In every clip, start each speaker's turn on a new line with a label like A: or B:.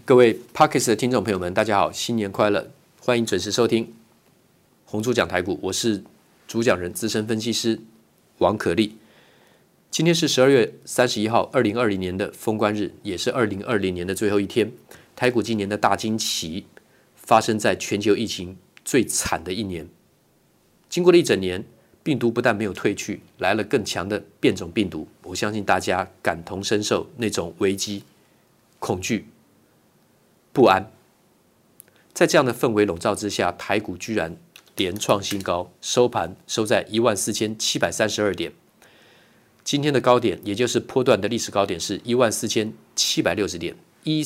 A: 各位 Podcast 的听众朋友们，大家好，新年快乐！欢迎准时收听红猪讲台股，我是主讲人资深分析师王可立。今天是12月31号，2020年的封关日，也是2020年的最后一天。台股今年的大惊奇发生在全球疫情最惨的一年。经过了一整年，病毒不但没有退去，来了更强的变种病毒。我相信大家感同身受那种危机、恐惧、不安。在这样的氛围笼罩之下，台股居然连创新高，收盘收在14732点。今天的高点，也就是波段的历史高点是14760点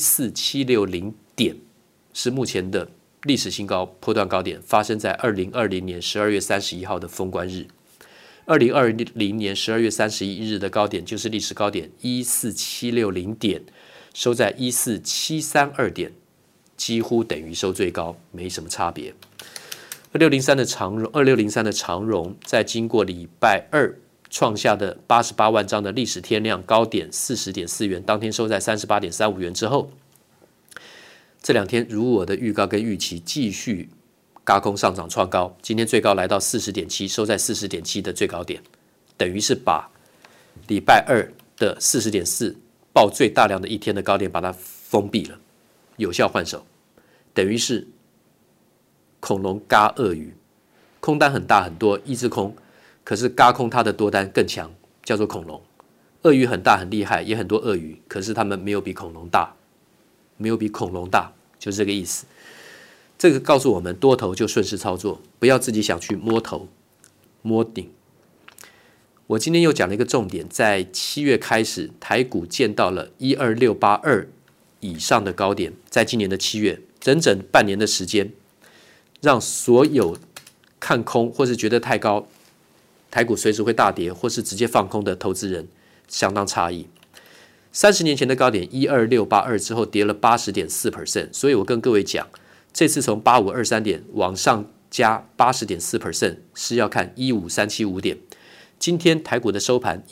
A: ，14760点是目前的历史新高，波段高点发生在2020年12月31号的封关日。2020年12月31日的高点就是历史高点14760点，收在14732点，几乎等于收最高，没什么差别。2603的长荣在经过礼拜二创下的88万张的历史天量高点 40.4 元，当天收在 38.35 元之后，这两天如我的预告跟预期，继续軋空上涨创高，今天最高来到 40.7， 收在 40.7 的最高点，等于是把礼拜二的 40.4 爆最大量的一天的高点把它封闭了，有效换手，等于是恐龙軋鳄鱼，空单很大很多，一只空，可是軋空它的多单更强，叫做恐龙。鳄鱼很大很厉害，也很多鳄鱼，可是它们没有比恐龙大，没有比恐龙大，就是这个意思。这个告诉我们，多头就顺势操作，不要自己想去摸头摸顶。我今天又讲了一个重点，在7月开始，台股见到了12682以上的高点，在今年的7月，整整半年的时间，让所有看空或是觉得太高，台股随时会大跌，或是直接放空的投资人相当诧异。30年前的高点12682之后跌了 80.4%， 所以我跟各位讲，这次从8523点往上加 80.4% 是要看15375点。今天台股的收盘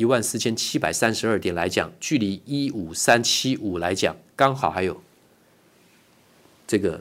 A: 14732点来讲，距离15375来讲，刚好还有这个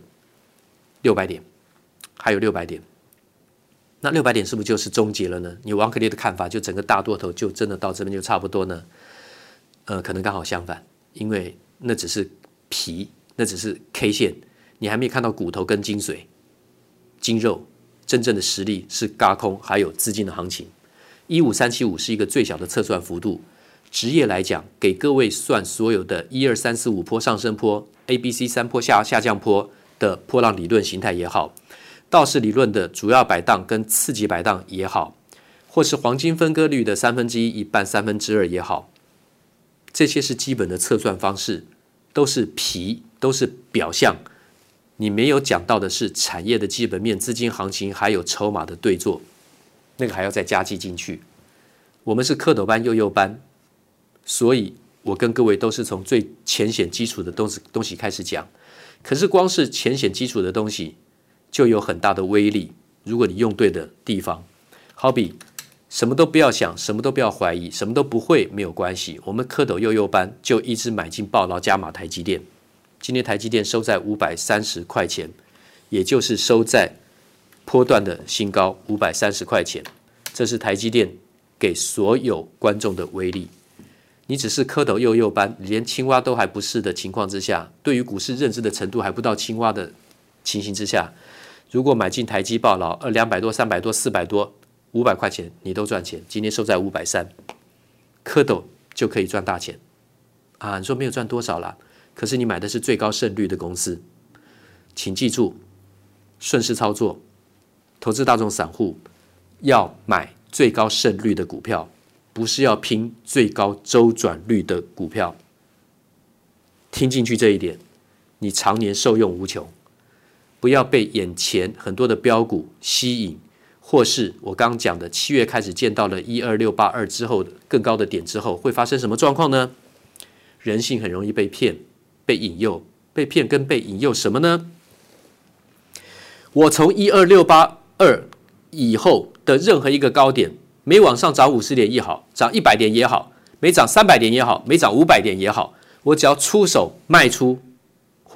A: 600点，还有600点。那600点是不是就是终结了呢？你王可立的看法，就整个大多头就真的到这边就差不多呢？可能刚好相反，因为那只是皮，那只是 K 线，你还没看到骨头跟精髓、筋肉，真正的实力是軋空，还有资金的行情。15375是一个最小的测算幅度。职业来讲，给各位算所有的1、2、3、4、5波上升波、ABC 3波下降波的波浪理论形态也好，道氏理论的主要摆荡跟次级摆荡也好，或是黄金分割率的1/3、1半、2/3也好，这些是基本的测算方式，都是皮，都是表象。你没有讲到的是产业的基本面、资金行情，还有筹码的对做，那个还要再加计进去。我们是蝌蚪班、幼幼班，所以我跟各位都是从最浅显基础的东西开始讲。可是光是浅显基础的东西就有很大的威力，如果你用对的地方。好比什么都不要想，什么都不要怀疑，什么都不会没有关系，我们蝌蚪幼幼班就一直买进抱牢加码台积电。今天台积电收在530块钱，也就是收在波段的新高530块钱，这是台积电给所有观众的威力。你只是蝌蚪幼幼班，连青蛙都还不是的情况之下，对于股市认知的程度还不到青蛙的情形之下，如果买进台积抱牢200多、300多、400多、500块钱，你都赚钱。今天收在530，蝌蚪就可以赚大钱啊！你说没有赚多少啦，可是你买的是最高胜率的公司，请记住，顺势操作，投资大众散户要买最高胜率的股票，不是要拼最高周转率的股票。听进去这一点，你常年受用无穷。不要被眼前很多的标股吸引，或是我刚刚讲的7月开始见到了12682之后更高的点之后，会发生什么状况呢？人性很容易被骗、被引诱，被骗跟被引诱什么呢？我从12682以后的任何一个高点，没往上涨50点也好，涨100点也好，没涨300点也好，没涨500点也好，我只要出手卖出，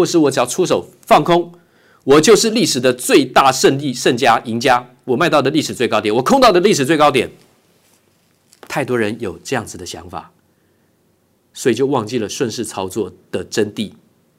A: 或是我只要出手放空，我就是历史的最大赢家，我卖到的历史最高点，我空到的历史最高点。太多人有这样子的想法，所以就忘记了顺势操作的真谛。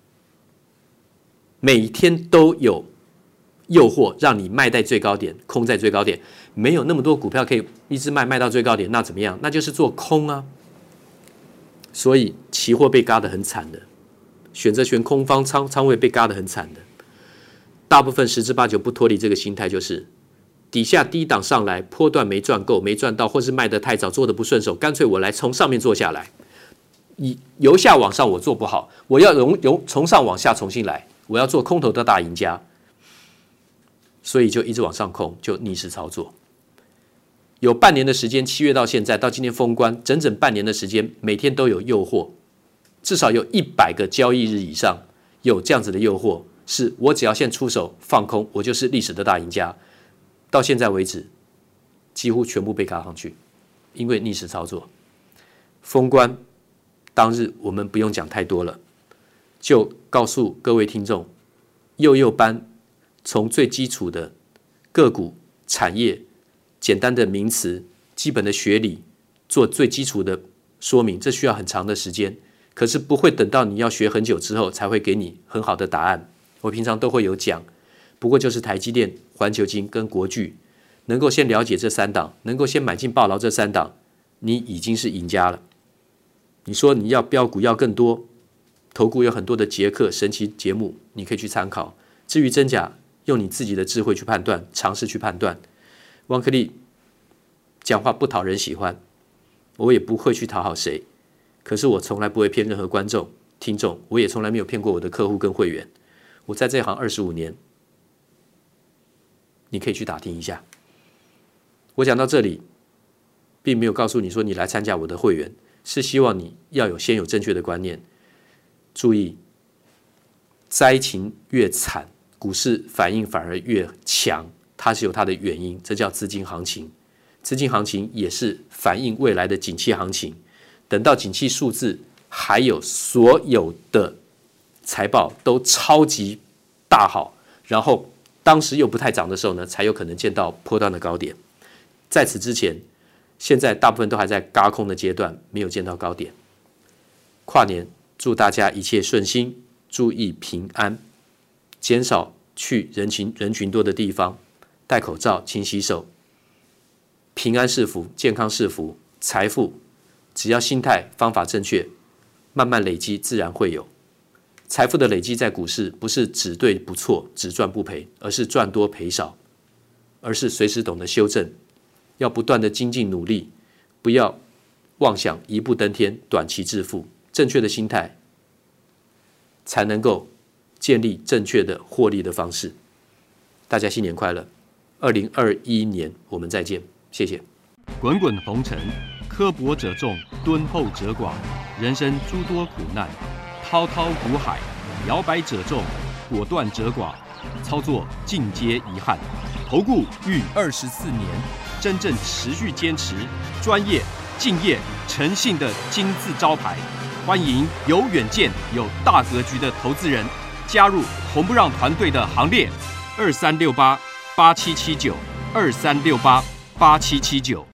A: 每天都有诱惑让你卖在最高点，空在最高点，没有那么多股票可以一直卖到最高点，那怎么样？那就是做空啊。所以期货被嘎得很惨的，选择权空方仓位被嘎得很惨的，大部分10之8九不脱离这个心态，就是底下低档上来，波段没赚够，没赚到，或是卖得太早，做得不顺手，干脆我来从上面做下来。由下往上我做不好，我要从上往下重新来，我要做空头的大赢家，所以就一直往上空，就逆势操作。有半年的时间，7月到现在，到今天封关，整整半年的时间，每天都有诱惑，至少有100个交易日以上有这样子的诱惑，是我只要先出手放空，我就是历史的大赢家。到现在为止，几乎全部被嘎上去，因为逆势操作。封关当日，我们不用讲太多了，就告诉各位听众，幼班从最基础的个股、产业、简单的名词、基本的学理做最基础的说明，这需要很长的时间，可是不会等到你要学很久之后才会给你很好的答案。我平常都会有讲，不过就是台积电、环球金跟国巨，能够先了解这3档，能够先买进抱牢这3档，你已经是赢家了。你说你要标股要更多，投顾有很多的捷克神奇节目，你可以去参考。至于真假，用你自己的智慧去判断，尝试去判断。汪克利讲话不讨人喜欢，我也不会去讨好谁，可是我从来不会骗任何观众、听众，我也从来没有骗过我的客户跟会员。我在这行25年，你可以去打听一下。我讲到这里，并没有告诉你说你来参加我的会员，是希望你要先有正确的观念。注意，灾情越惨，股市反应反而越强，它是有它的原因，这叫资金行情。资金行情也是反映未来的景气行情。等到景气数字还有所有的财报都超级大好，然后当时又不太涨的时候呢，才有可能见到波段的高点。在此之前，现在大部分都还在軋空的阶段，没有见到高点。跨年，祝大家一切顺心，注意平安，减少去人群多的地方，戴口罩，勤洗手。平安是福，健康是福，财富只要心态方法正确，慢慢累积自然会有。财富的累积在股市不是只对不错，只赚不赔，而是赚多赔少，而是随时懂得修正，要不断的精进努力，不要妄想一步登天，短期致富。正确的心态才能够建立正确的获利的方式。大家新年快乐！2021年我们再见，谢谢。
B: 滚滚红尘，刻薄者众，敦厚者寡；人生诸多苦难，滔滔苦海，摇摆者众，果断者寡。操作尽皆遗憾。投顾逾24年，真正持续坚持、专业、敬业、诚信的金字招牌。欢迎有远见、有大格局的投资人加入红不让团队的行列。23688779，23688779。